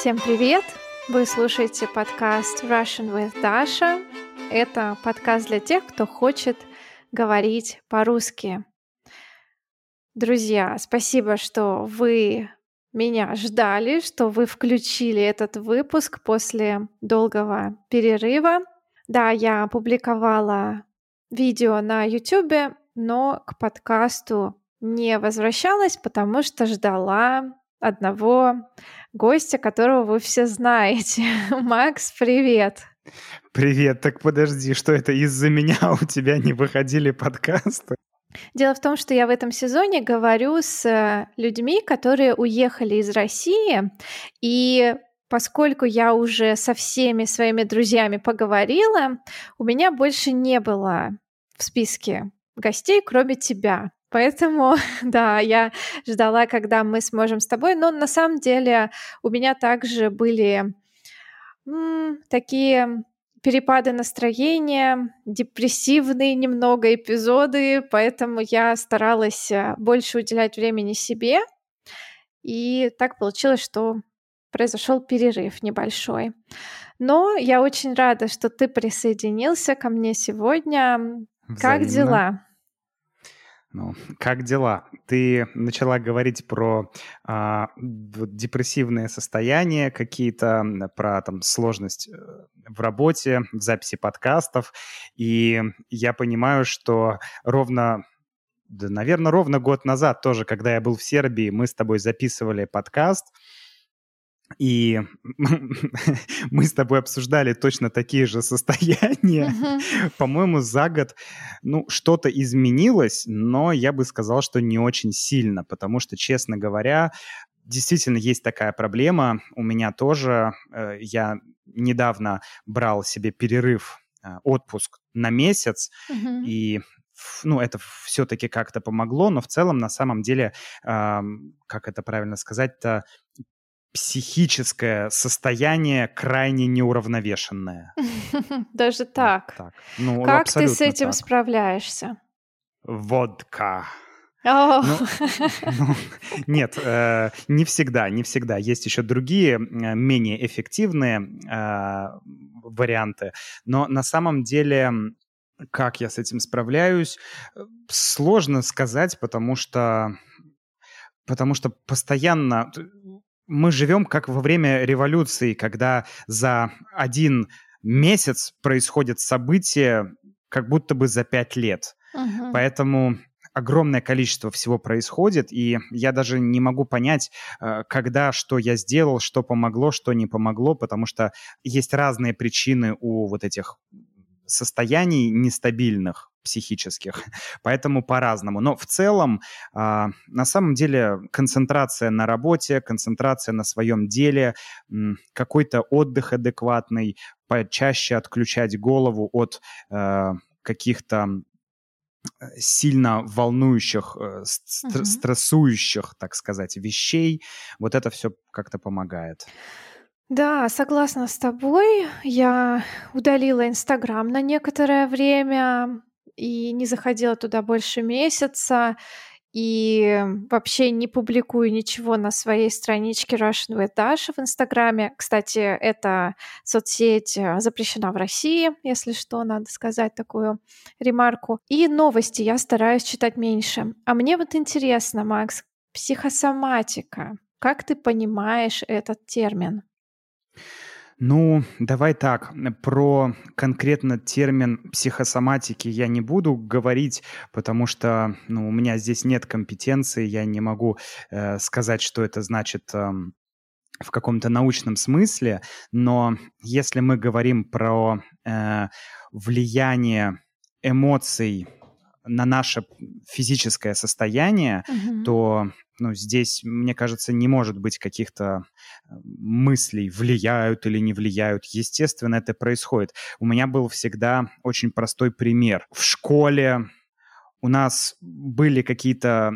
Всем привет! Вы слушаете подкаст Russian with Dasha. Это подкаст для тех, кто хочет говорить по-русски. Друзья, спасибо, что вы меня ждали, что вы включили этот выпуск после долгого перерыва. Да, я публиковала видео на YouTube, но к подкасту не возвращалась, потому что ждала одного гостя, которого вы все знаете. Макс, привет! Привет, так подожди, что это из-за меня у тебя не выходили подкасты? Дело в том, что я в этом сезоне говорю с людьми, которые уехали из России, и поскольку я уже со всеми своими друзьями поговорила, у меня больше не было в списке гостей, кроме тебя. Поэтому, да, я ждала, когда мы сможем с тобой, но на самом деле у меня также были такие перепады настроения, депрессивные немного эпизоды, поэтому я старалась больше уделять времени себе. И так получилось, что произошел перерыв небольшой. Но я очень рада, что ты присоединился ко мне сегодня. Как Взаимно. дела? Ну, как дела? Ты начала говорить про вот депрессивные состояния какие-то, про там сложность в работе, в записи подкастов. И я понимаю, что наверное, ровно год назад тоже, когда я был в Сербии, мы с тобой записывали подкаст. И мы с тобой обсуждали точно такие же состояния. По-моему, за год, что-то изменилось, но я бы сказал, что не очень сильно, потому что, честно говоря, действительно есть такая проблема. У меня тоже. Я недавно брал себе перерыв, отпуск на месяц, и это все-таки как-то помогло, но в целом, на самом деле, как это правильно сказать-то, психическое состояние крайне неуравновешенное. Даже Вот так. так. Как ты с Абсолютно этим так. справляешься? Водка. О, Ну, нет, не всегда, не всегда. Есть еще другие, менее эффективные варианты. Но на самом деле, как я с этим справляюсь, сложно сказать, потому что постоянно мы живем как во время революции, когда за один месяц происходят события, как будто бы за 5 лет. Поэтому огромное количество всего происходит, и я даже не могу понять, когда что я сделал, что помогло, что не помогло, потому что есть разные причины у вот этих состояний нестабильных психических, поэтому по-разному. Но в целом, на самом деле, концентрация на работе, концентрация на своем деле, какой-то отдых адекватный, почаще отключать голову от каких-то сильно волнующих, стрессующих, так сказать, вещей. Вот это все как-то помогает. Да, согласна с тобой. Я удалила Инстаграм на некоторое время и не заходила туда больше месяца. И вообще не публикую ничего на своей страничке Russian with Dasha в Инстаграме. Кстати, эта соцсеть запрещена в России, если что, надо сказать такую ремарку. И новости я стараюсь читать меньше. А мне вот интересно, Макс, психосоматика. Как ты понимаешь этот термин? Давай так, про конкретно термин психосоматики я не буду говорить, потому что, у меня здесь нет компетенции, я не могу сказать, что это значит в каком-то научном смысле, но если мы говорим про влияние эмоций на наше физическое состояние, то здесь, мне кажется, не может быть каких-то мыслей, влияют или не влияют. Естественно, это происходит. У меня был всегда очень простой пример. В школе у нас были какие-то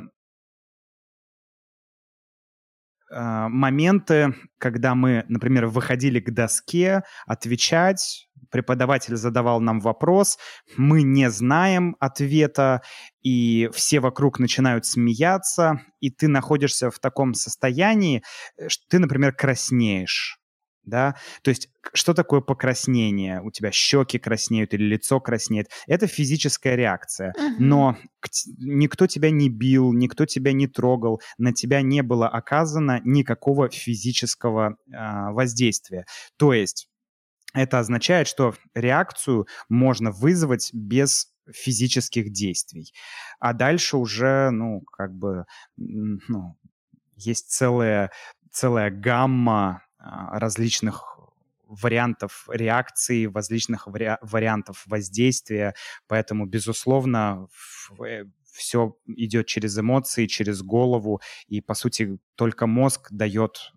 моменты, когда мы, например, выходили к доске отвечать, преподаватель задавал нам вопрос, мы не знаем ответа, и все вокруг начинают смеяться, и ты находишься в таком состоянии, что ты, например, краснеешь. Да? То есть что такое покраснение? У тебя щеки краснеют или лицо краснеет. Это физическая реакция. Но никто тебя не бил, никто тебя не трогал, на тебя не было оказано никакого физического воздействия. То есть это означает, что реакцию можно вызвать без физических действий. А дальше уже, есть целая гамма различных вариантов реакции, различных вариантов воздействия. Поэтому, безусловно, все идет через эмоции, через голову, и, по сути, только мозг дает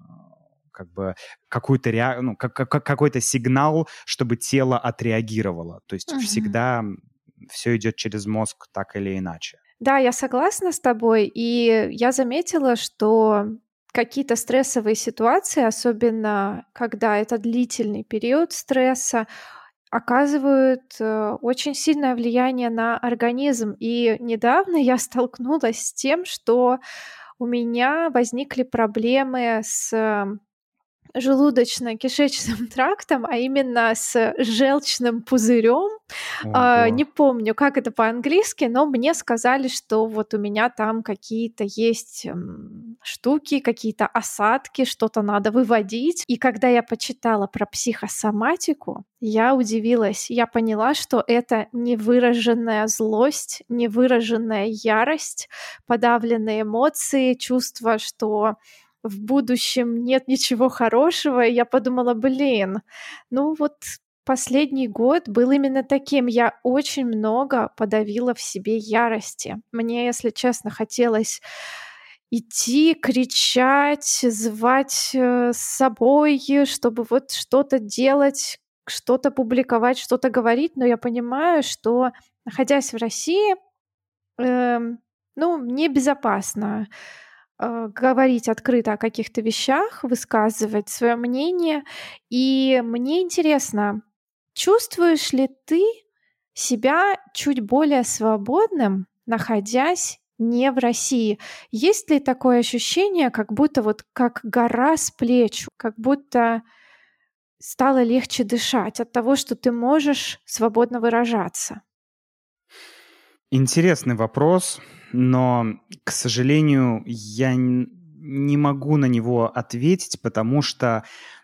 какой-то сигнал, чтобы тело отреагировало. То есть всегда все идет через мозг так или иначе. Да, я согласна с тобой, и я заметила, что какие-то стрессовые ситуации, особенно когда это длительный период стресса, оказывают очень сильное влияние на организм. И недавно я столкнулась с тем, что у меня возникли проблемы с желудочно-кишечным трактом, а именно с желчным пузырем. Не помню, как это по-английски, но мне сказали, что вот у меня там какие-то есть штуки, какие-то осадки, что-то надо выводить. И когда я почитала про психосоматику, я удивилась. Я поняла, что это невыраженная злость, невыраженная ярость, подавленные эмоции, чувство, что в будущем нет ничего хорошего, и я подумала, последний год был именно таким. Я очень много подавила в себе ярости. Мне, если честно, хотелось идти, кричать, звать с собой, чтобы вот что-то делать, что-то публиковать, что-то говорить, но я понимаю, что, находясь в России, небезопасно говорить открыто о каких-то вещах, высказывать свое мнение. И мне интересно, чувствуешь ли ты себя чуть более свободным, находясь не в России? Есть ли такое ощущение, как будто вот как гора с плеч, как будто стало легче дышать от того, что ты можешь свободно выражаться? Интересный вопрос, но, к сожалению, я не могу на него ответить, потому что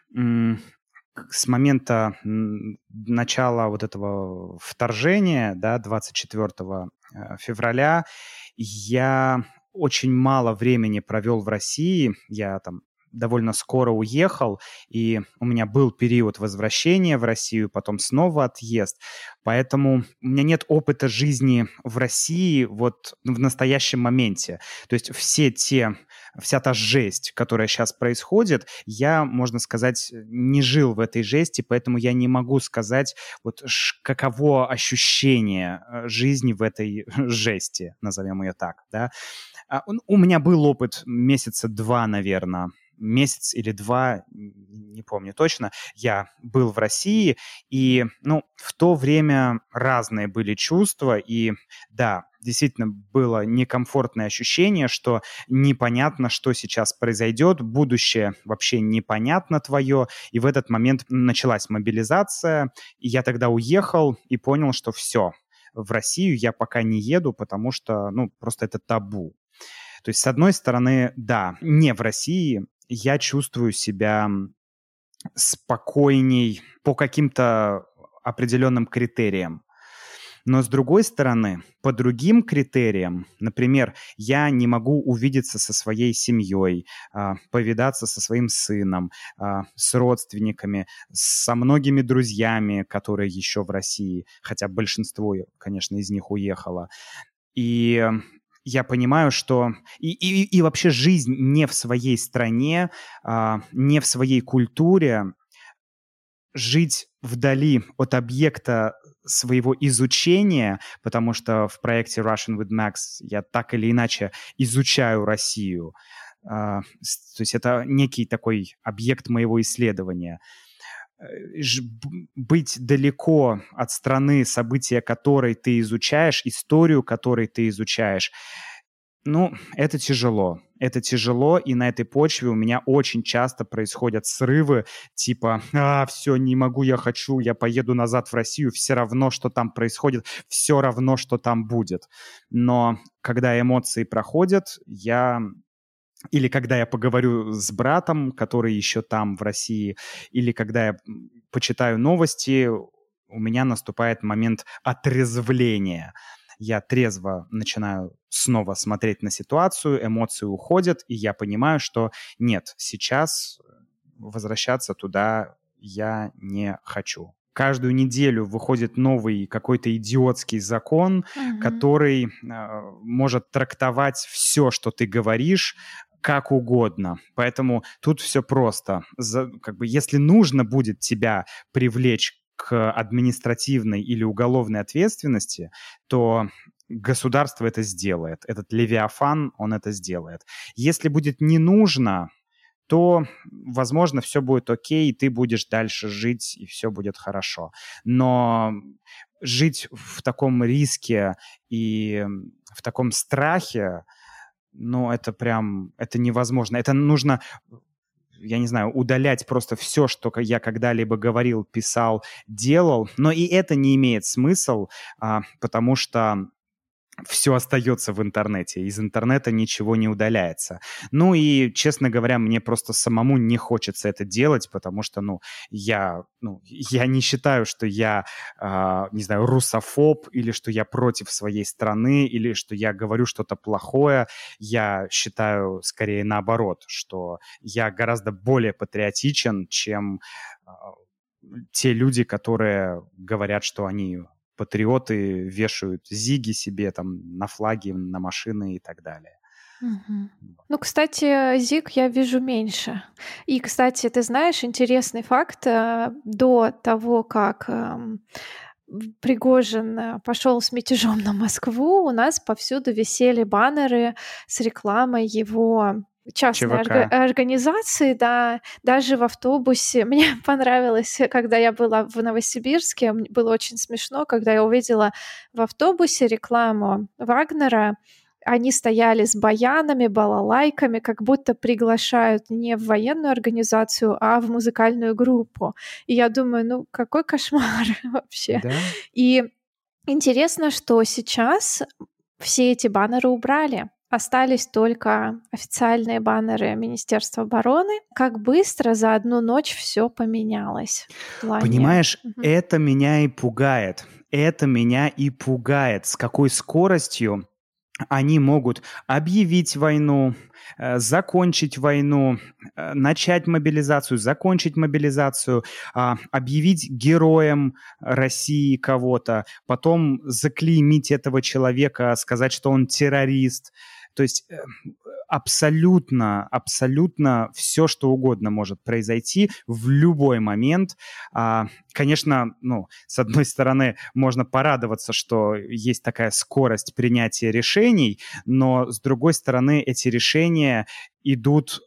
с момента начала вот этого вторжения, 24 февраля, я очень мало времени провел в России. Я там довольно скоро уехал, и у меня был период возвращения в Россию, потом снова отъезд. Поэтому у меня нет опыта жизни в России вот в настоящем моменте. То есть вся та жесть, которая сейчас происходит, я, можно сказать, не жил в этой жести, поэтому я не могу сказать, вот каково ощущение жизни в этой жести, назовем ее так, да. У меня был опыт месяца 2, наверное, месяц или 2, не помню точно, я был в России, и, в то время разные были чувства, и, да, действительно было некомфортное ощущение, что непонятно, что сейчас произойдет, будущее вообще непонятно твое, и в этот момент началась мобилизация, и я тогда уехал и понял, что все, в Россию я пока не еду, потому что, просто это табу. То есть, с одной стороны, да, не в России я чувствую себя спокойней по каким-то определенным критериям. Но с другой стороны, по другим критериям, например, я не могу увидеться со своей семьей, повидаться со своим сыном, с родственниками, со многими друзьями, которые еще в России, хотя большинство, конечно, из них уехало. И я понимаю, что и вообще жизнь не в своей стране, не в своей культуре, жить вдали от объекта своего изучения, потому что в проекте Russian with Max я так или иначе изучаю Россию. То есть это некий такой объект моего исследования. быть далеко от страны, события которой ты изучаешь, историю которой ты изучаешь, ну, это тяжело. Это тяжело, и на этой почве у меня очень часто происходят срывы, типа, все, не могу, я хочу, я поеду назад в Россию, все равно, что там происходит, все равно, что там будет. Но когда эмоции проходят, или когда я поговорю с братом, который еще там, в России, или когда я почитаю новости, у меня наступает момент отрезвления. Я трезво начинаю снова смотреть на ситуацию, эмоции уходят, и я понимаю, что нет, сейчас возвращаться туда я не хочу. Каждую неделю выходит новый какой-то идиотский закон, который может трактовать все, что ты говоришь, как угодно. Поэтому тут все просто. Если нужно будет тебя привлечь к административной или уголовной ответственности, то государство это сделает. Этот Левиафан, он это сделает. Если будет не нужно, то, возможно, все будет окей, и ты будешь дальше жить, и все будет хорошо. Но жить в таком риске и в таком страхе, ну, это невозможно. Это нужно, я не знаю, удалять просто все, что я когда-либо говорил, писал, делал. Но и это не имеет смысла, потому что все остается в интернете. Из интернета ничего не удаляется. Ну и, честно говоря, мне просто самому не хочется это делать, потому что, я не считаю, что я, не знаю, русофоб, или что я против своей страны, или что я говорю что-то плохое. Я считаю, скорее, наоборот, что я гораздо более патриотичен, чем те люди, которые говорят, что они патриоты, вешают зиги себе там на флаги, на машины и так далее. Ну, кстати, зиг я вижу меньше. И, кстати, ты знаешь, интересный факт. До того, как Пригожин пошел с мятежом на Москву, у нас повсюду висели баннеры с рекламой его частной организации, да, даже в автобусе. Мне понравилось, когда я была в Новосибирске, было очень смешно, когда я увидела в автобусе рекламу Вагнера. Они стояли с баянами, балалайками, как будто приглашают не в военную организацию, а в музыкальную группу. И я думаю, какой кошмар вообще. Да? И интересно, что сейчас все эти баннеры убрали. Остались только официальные баннеры Министерства обороны. Как быстро за одну ночь все поменялось. Понимаешь, это меня и пугает. Это меня и пугает. С какой скоростью они могут объявить войну, закончить войну, начать мобилизацию, закончить мобилизацию, объявить героем России кого-то, потом заклеймить этого человека, сказать, что он террорист. То есть абсолютно все, что угодно может произойти в любой момент. Конечно, с одной стороны, можно порадоваться, что есть такая скорость принятия решений, но с другой стороны, эти решения идут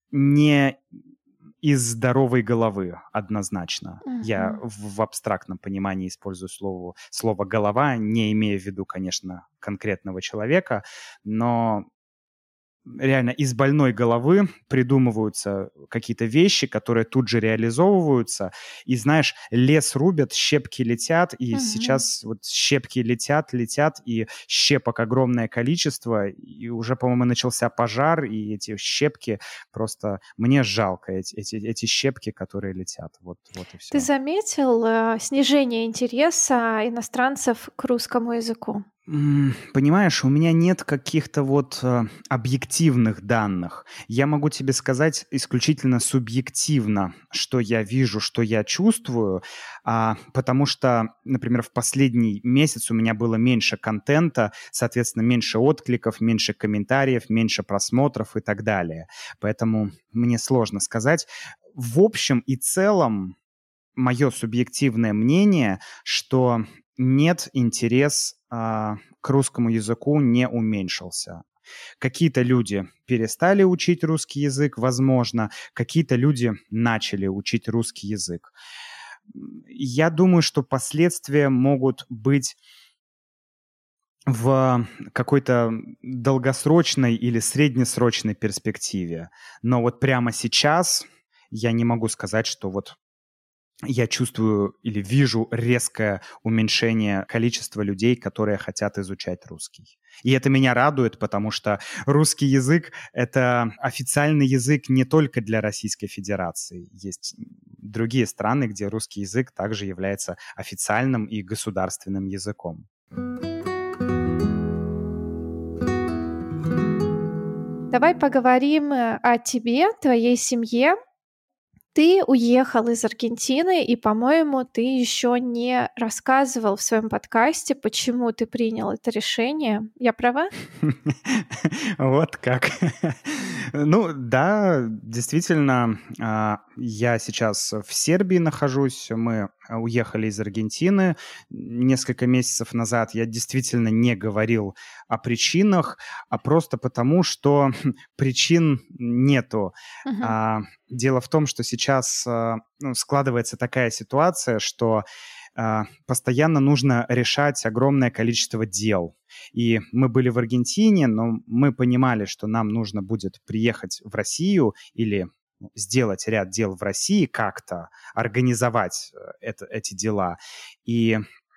не из здоровой головы, однозначно. Я в абстрактном понимании использую слово «голова», не имея в виду, конечно, конкретного человека, но реально из больной головы придумываются какие-то вещи, которые тут же реализовываются. И, знаешь, лес рубят, щепки летят, и сейчас вот щепки летят, и щепок огромное количество, и уже, по-моему, начался пожар, и эти щепки просто... Мне жалко эти щепки, которые летят. Вот и все. Ты заметил снижение интереса иностранцев к русскому языку? Понимаешь, у меня нет каких-то объективных данных. Я могу тебе сказать исключительно субъективно, что я вижу, что я чувствую, потому что, например, в последний месяц у меня было меньше контента, соответственно, меньше откликов, меньше комментариев, меньше просмотров и так далее. Поэтому мне сложно сказать. В общем и целом, мое субъективное мнение, что нет, интерес к русскому языку не уменьшился. Какие-то люди перестали учить русский язык, возможно, какие-то люди начали учить русский язык. Я думаю, что последствия могут быть в какой-то долгосрочной или среднесрочной перспективе. Но вот прямо сейчас я не могу сказать, что вот я чувствую или вижу резкое уменьшение количества людей, которые хотят изучать русский. И это меня радует, потому что русский язык — это официальный язык не только для Российской Федерации. Есть другие страны, где русский язык также является официальным и государственным языком. Давай поговорим о тебе, твоей семье. Ты уехал из Аргентины, и, по-моему, ты еще не рассказывал в своем подкасте, почему ты принял это решение. Я права? Вот как. Ну да, действительно, я сейчас в Сербии нахожусь. Мы уехали из Аргентины несколько месяцев назад. Я действительно не говорил о причинах, а просто потому, что причин нету. Дело в том, что сейчас складывается такая ситуация, что постоянно нужно решать огромное количество дел. И мы были в Аргентине, но мы понимали, что нам нужно будет приехать в Россию или сделать ряд дел в России как-то, организовать эти дела. И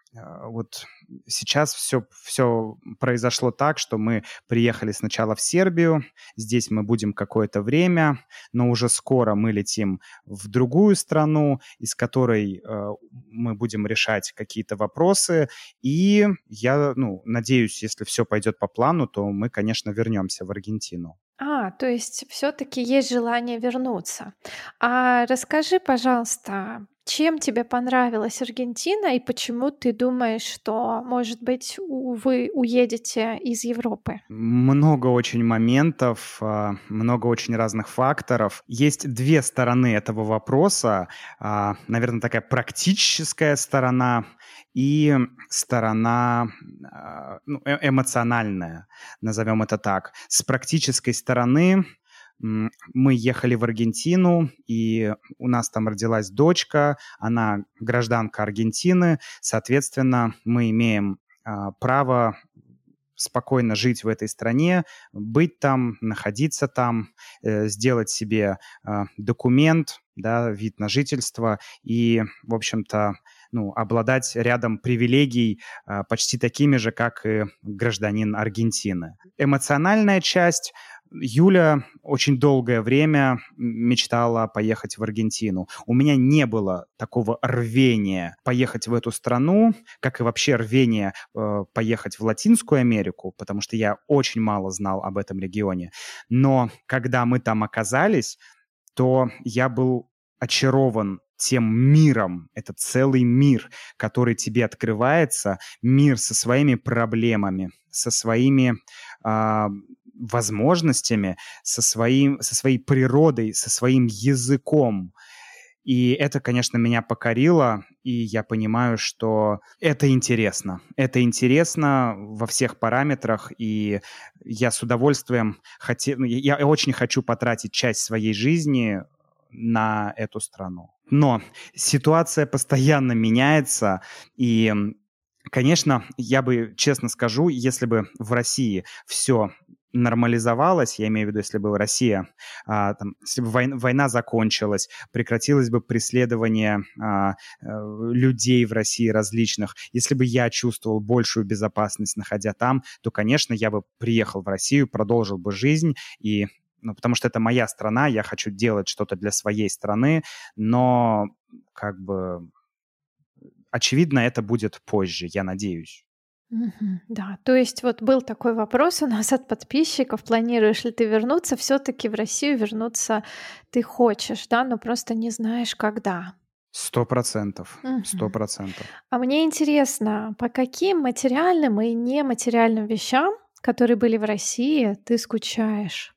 вот сейчас все произошло так, что мы приехали сначала в Сербию, здесь мы будем какое-то время, но уже скоро мы летим в другую страну, из которой мы будем решать какие-то вопросы, и я надеюсь, если все пойдет по плану, то мы, конечно, вернемся в Аргентину. То есть все-таки есть желание вернуться. А расскажи, пожалуйста, чем тебе понравилась Аргентина и почему ты думаешь, что, может быть, вы уедете из Европы? Много очень моментов, много очень разных факторов. Есть две стороны этого вопроса. Наверное, такая практическая сторона и сторона эмоциональная, назовем это так. С практической стороны мы ехали в Аргентину, и у нас там родилась дочка, она гражданка Аргентины, соответственно, мы имеем право спокойно жить в этой стране, быть там, находиться там, сделать себе документ, да, вид на жительство и, в общем-то, обладать рядом привилегий почти такими же, как и гражданин Аргентины. Эмоциональная часть. Юля очень долгое время мечтала поехать в Аргентину. У меня не было такого рвения поехать в эту страну, как и вообще рвения поехать в Латинскую Америку, потому что я очень мало знал об этом регионе. Но когда мы там оказались, то я был очарован тем миром, это целый мир, который тебе открывается, мир со своими проблемами, со своими возможностями, со своей природой, со своим языком. И это, конечно, меня покорило, и я понимаю, что это интересно. Это интересно во всех параметрах, и я с удовольствием я очень хочу потратить часть своей жизни на эту страну. Но ситуация постоянно меняется, и, конечно, я бы, честно скажу, если бы в России все нормализовалось, я имею в виду, если бы Россия, если бы война закончилась, прекратилось бы преследование людей в России различных, если бы я чувствовал большую безопасность, находя там, то, конечно, я бы приехал в Россию, продолжил бы жизнь, и потому что это моя страна, я хочу делать что-то для своей страны, но как бы очевидно, это будет позже, я надеюсь. Да, то есть вот был такой вопрос у нас от подписчиков: планируешь ли ты вернуться? Все-таки в Россию вернуться ты хочешь, да, но просто не знаешь, когда. 100%. Мгм. 100%. А мне интересно, по каким материальным и нематериальным вещам, которые были в России, ты скучаешь?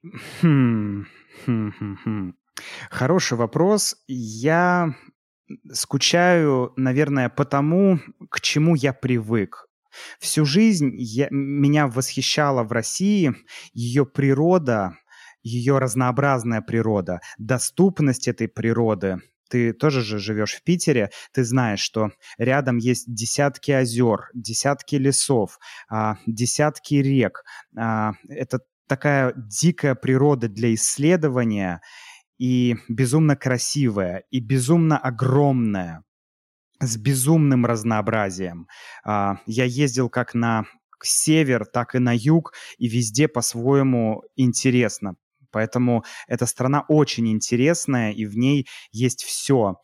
Хороший вопрос. Я скучаю, наверное, по тому, к чему я привык. Всю жизнь меня восхищала в России ее природа, ее разнообразная природа, доступность этой природы. Ты тоже же живешь в Питере, ты знаешь, что рядом есть десятки озер, десятки лесов, десятки рек. Это такая дикая природа для исследования и безумно красивая, и безумно огромная, с безумным разнообразием. Я ездил как на север, так и на юг, и везде по-своему интересно. Поэтому эта страна очень интересная, и в ней есть все.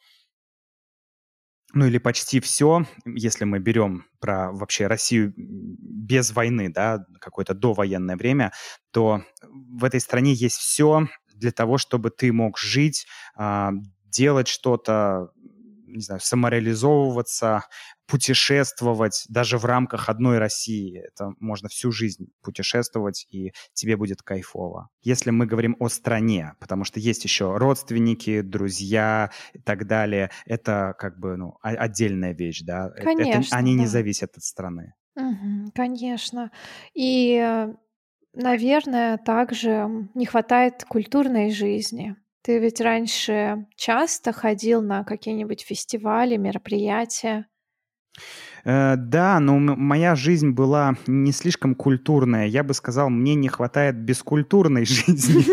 Ну или почти все, если мы берем про вообще Россию без войны, да, какое-то довоенное время, то в этой стране есть все для того, чтобы ты мог жить, делать что-то, не знаю, самореализовываться, путешествовать даже в рамках одной России. Это можно всю жизнь путешествовать, и тебе будет кайфово. Если мы говорим о стране, потому что есть еще родственники, друзья и так далее, это как бы, ну, отдельная вещь, да. Конечно, Они не да. зависят от страны. Конечно. И, наверное, также не хватает культурной жизни. Ты ведь раньше часто ходил на какие-нибудь фестивали, мероприятия? Да, но моя жизнь была не слишком культурная. Я бы сказал, мне не хватает бескультурной жизни.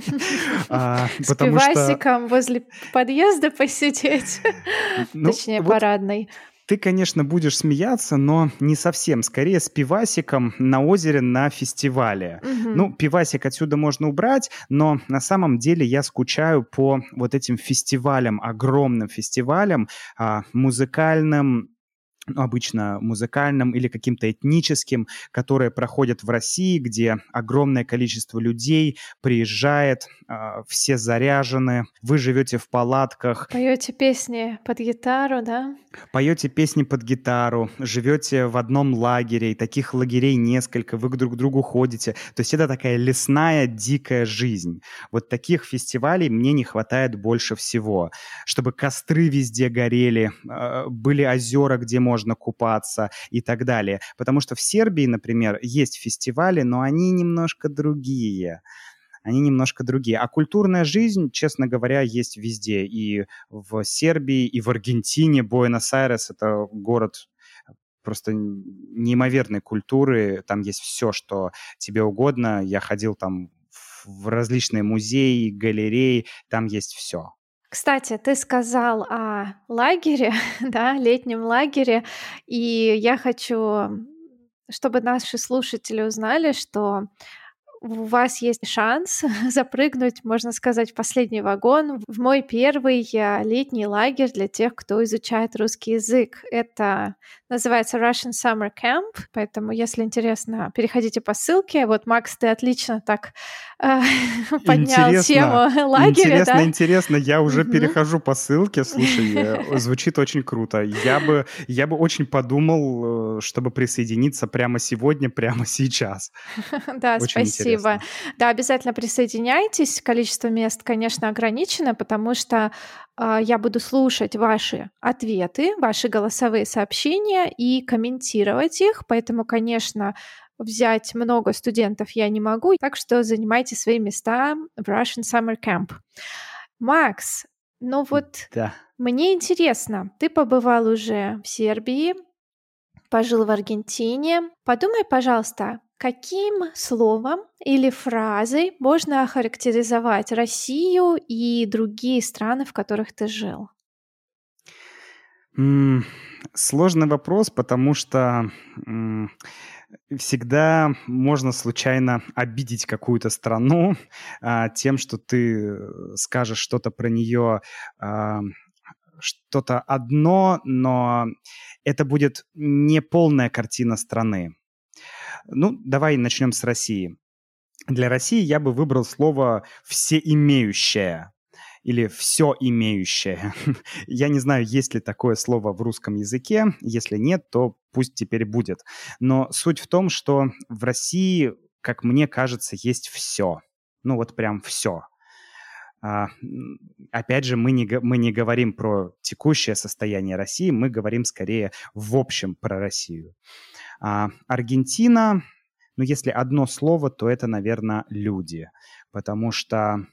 С Потому что, пивасиком возле подъезда посидеть, ну, точнее, вот парадной. ты, конечно, будешь смеяться, но не совсем. Скорее, с пивасиком на озере на фестивале. Мгм. Ну, пивасик отсюда можно убрать, но на самом деле я скучаю по вот этим фестивалям, огромным фестивалям, музыкальным, ну, обычно музыкальным или каким-то этническим, которые проходят в России, где огромное количество людей приезжает, все заряжены, вы живете в палатках, Поете песни под гитару, да? поете песни под гитару, живете в одном лагере, и таких лагерей несколько, вы друг к другу ходите. То есть это такая лесная, дикая жизнь. Вот таких фестивалей мне не хватает больше всего. Чтобы костры везде горели, были озера, где можно купаться и так далее. Потому что в Сербии, например, есть фестивали, но они немножко другие. Они немножко другие. А культурная жизнь, честно говоря, есть везде. И в Сербии, и в Аргентине. Буэнос-Айрес — это город просто неимоверной культуры. Там есть все, что тебе угодно. Я ходил там в различные музеи, галереи. Там есть все. Кстати, ты сказал о лагере, да, летнем лагере, и я хочу, чтобы наши слушатели узнали, что у вас есть шанс запрыгнуть, можно сказать, в последний вагон в мой первый летний лагерь для тех, кто изучает русский язык. Это называется Russian Summer Camp, поэтому, если интересно, переходите по ссылке. Вот, Макс, ты отлично так э, поднял Интересно, тему лагеря, да? интересно. Я уже Мгм. перехожу по ссылке. Слушай, звучит очень круто. Я бы очень подумал, чтобы присоединиться прямо сегодня, прямо сейчас. Да, Очень спасибо. интересно. Да, обязательно присоединяйтесь. Количество мест, конечно, ограничено, потому что я буду слушать ваши ответы, ваши голосовые сообщения и комментировать их. Поэтому, конечно, взять много студентов я не могу, так что занимайте свои места в Russian Summer Camp. Макс, ну вот Да. мне интересно, ты побывал уже в Сербии, пожил в Аргентине. Подумай, пожалуйста, каким словом или фразой можно охарактеризовать Россию и другие страны, в которых ты жил? М, Сложный вопрос, потому что всегда можно случайно обидеть какую-то страну тем, что ты скажешь что-то про нее, что-то одно, но это будет не полная картина страны. Ну, давай начнем с России. Для России я бы выбрал слово «всеимеющее» или «все имеющее». Я не знаю, есть ли такое слово в русском языке. Если нет, то пусть теперь будет. Но суть в том, что в России, как мне кажется, есть все. Ну вот прям все. Опять же, мы не говорим про текущее состояние России, мы говорим скорее в общем про Россию. Аргентина, ну, если одно слово, то это, наверное, люди, потому что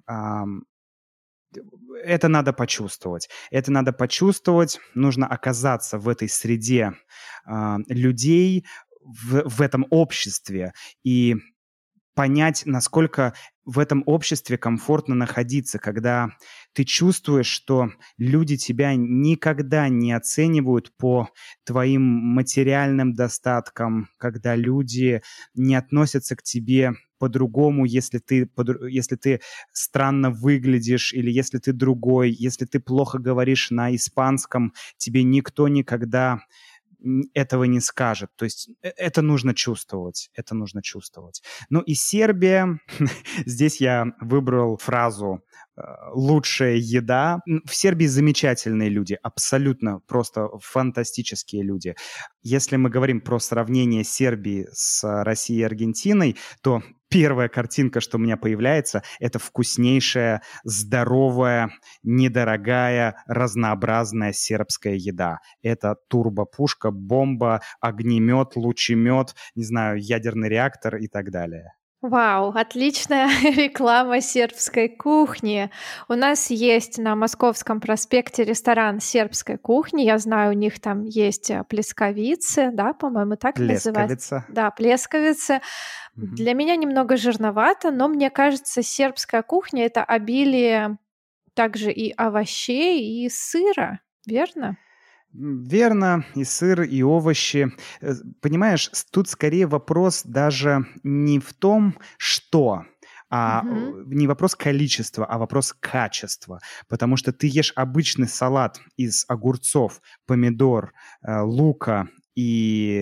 это надо почувствовать. Это надо почувствовать, нужно оказаться в этой среде людей, в этом обществе и понять, насколько в этом обществе комфортно находиться, когда ты чувствуешь, что люди тебя никогда не оценивают по твоим материальным достаткам, когда люди не относятся к тебе по-другому, если ты странно выглядишь или если ты другой, если ты плохо говоришь на испанском, тебе никто никогда этого не скажет. То есть это нужно чувствовать. Это нужно чувствовать. Ну и Сербия. Здесь я выбрал фразу «лучшая еда». В Сербии замечательные люди. Абсолютно просто фантастические люди. Если мы говорим про сравнение Сербии с Россией и Аргентиной, то первая картинка, что у меня появляется, это вкуснейшая, здоровая, недорогая, разнообразная сербская еда. Это турбопушка, бомба, огнемет, лучемет, не знаю, ядерный реактор и так далее. Вау, отличная реклама сербской кухни. У нас есть на Московском проспекте ресторан сербской кухни. Я знаю, у них там есть плесковицы, да, по-моему, так называется. Да, плесковицы. Для меня немного жирновато, но мне кажется, сербская кухня — это обилие также и овощей, и сыра, верно? Верно, и сыр, и овощи. Понимаешь, тут скорее вопрос даже не в том, что, не вопрос количества, а вопрос качества. Потому что ты ешь обычный салат из огурцов, помидор, лука и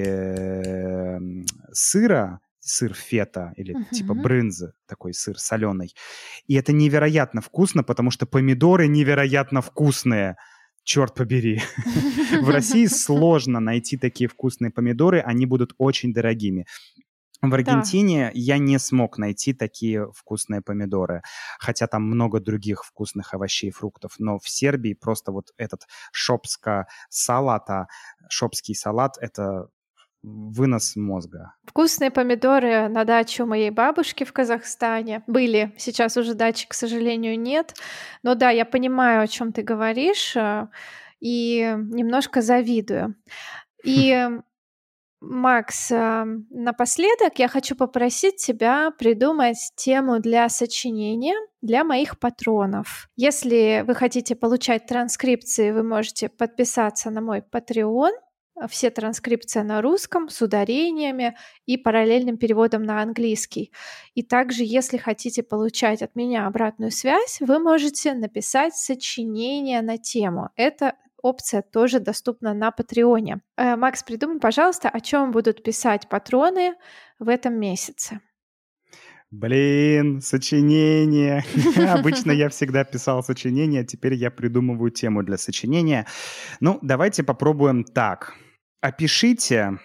сыра, сыр фета или типа брынзы, такой сыр соленый. И это невероятно вкусно, потому что помидоры невероятно вкусные. Черт побери. В России сложно найти такие вкусные помидоры, они будут очень дорогими. В Аргентине я не смог найти такие вкусные помидоры, хотя там много других вкусных овощей и фруктов. Но в Сербии просто вот этот шопский салат — это вынос мозга. Вкусные помидоры на даче у моей бабушки в Казахстане были. Сейчас уже дачи, к сожалению, нет. Но да, я понимаю, о чем ты говоришь, и немножко завидую. И, Макс, напоследок я хочу попросить тебя придумать тему для сочинения для моих патронов. Если вы хотите получать транскрипции, вы можете подписаться на мой Patreon. Все транскрипции на русском с ударениями и параллельным переводом на английский. И также, если хотите получать от меня обратную связь, вы можете написать сочинение на тему. Эта опция тоже доступна на Патреоне. Макс, придумай, пожалуйста, о чем будут писать патроны в этом месяце. Блин, сочинение. Обычно я всегда писал сочинение, а теперь я придумываю тему для сочинения. Ну, давайте попробуем так. Опишите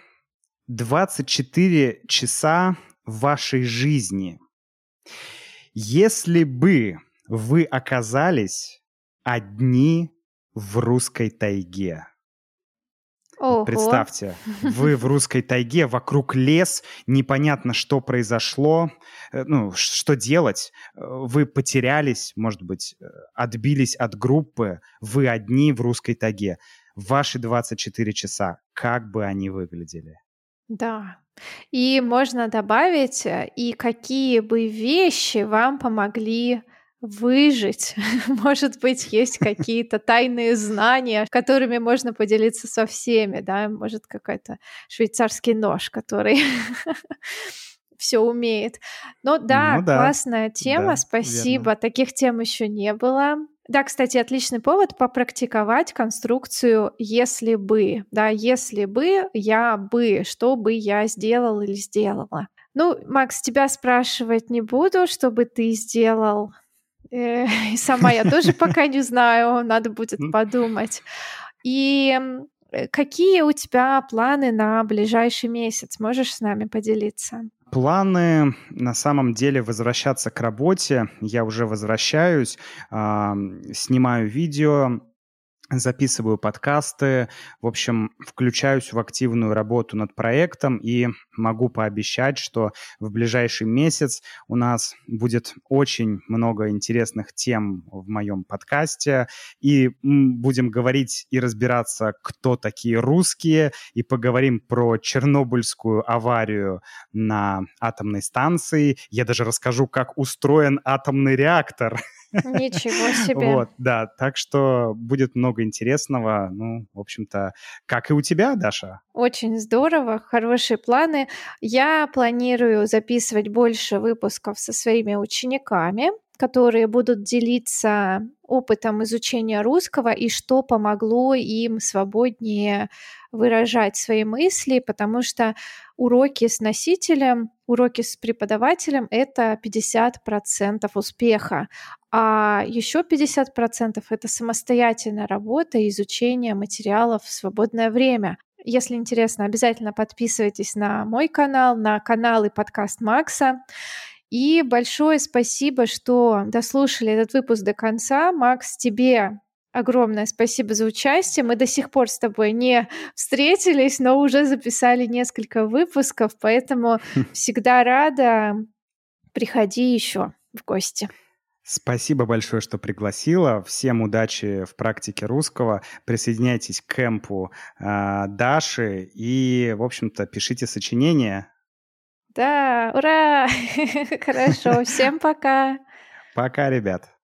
24 часа вашей жизни. Если бы вы оказались одни в русской тайге. Ого. Представьте, вы в русской тайге, вокруг лес, непонятно, что произошло, что делать. Вы потерялись, может быть, отбились от группы, вы одни в русской тайге. Ваши 24 часа, как бы они выглядели? Да. И можно добавить, и какие бы вещи вам помогли выжить. Может быть, есть какие-то тайные знания, которыми можно поделиться со всеми, да? Может, какой-то швейцарский нож, который все умеет. Ну да, классная тема, да, спасибо. Верно. Таких тем еще не было. Да, кстати, отличный повод попрактиковать конструкцию «если бы». Да, если бы, я бы, что бы я сделал или сделала. Ну, Макс, тебя спрашивать не буду, что бы ты сделал. И сама я тоже пока не знаю, надо будет подумать. И Какие у тебя планы на ближайший месяц? Можешь с нами поделиться? Планы на самом деле возвращаться к работе. Я уже возвращаюсь, снимаю видео, записываю подкасты, в общем, включаюсь в активную работу над проектом и могу пообещать, что в ближайший месяц у нас будет очень много интересных тем в моем подкасте, и будем говорить и разбираться, кто такие русские, и поговорим про Чернобыльскую аварию на атомной станции. Я даже расскажу, как устроен атомный реактор. Ничего себе. Вот, да, так что будет много интересного. Ну, в общем-то, как и у тебя, Даша. Очень здорово, хорошие планы. Я планирую записывать больше выпусков со своими учениками, которые будут делиться опытом изучения русского и что помогло им свободнее выражать свои мысли, потому что уроки с носителем, уроки с преподавателем — это 50% успеха, а еще 50% — это самостоятельная работа и изучение материалов в свободное время. Если интересно, обязательно подписывайтесь на мой канал, на канал и подкаст Макса. И большое спасибо, что дослушали этот выпуск до конца. Макс, тебе огромное спасибо за участие. Мы до сих пор с тобой не встретились, но уже записали несколько выпусков, поэтому всегда рада. Приходи еще в гости. Спасибо большое, что пригласила. Всем удачи в практике русского. Присоединяйтесь к кемпу Даши и, в общем-то, пишите сочинения. Да, ура! Хорошо, всем пока! Пока, ребят.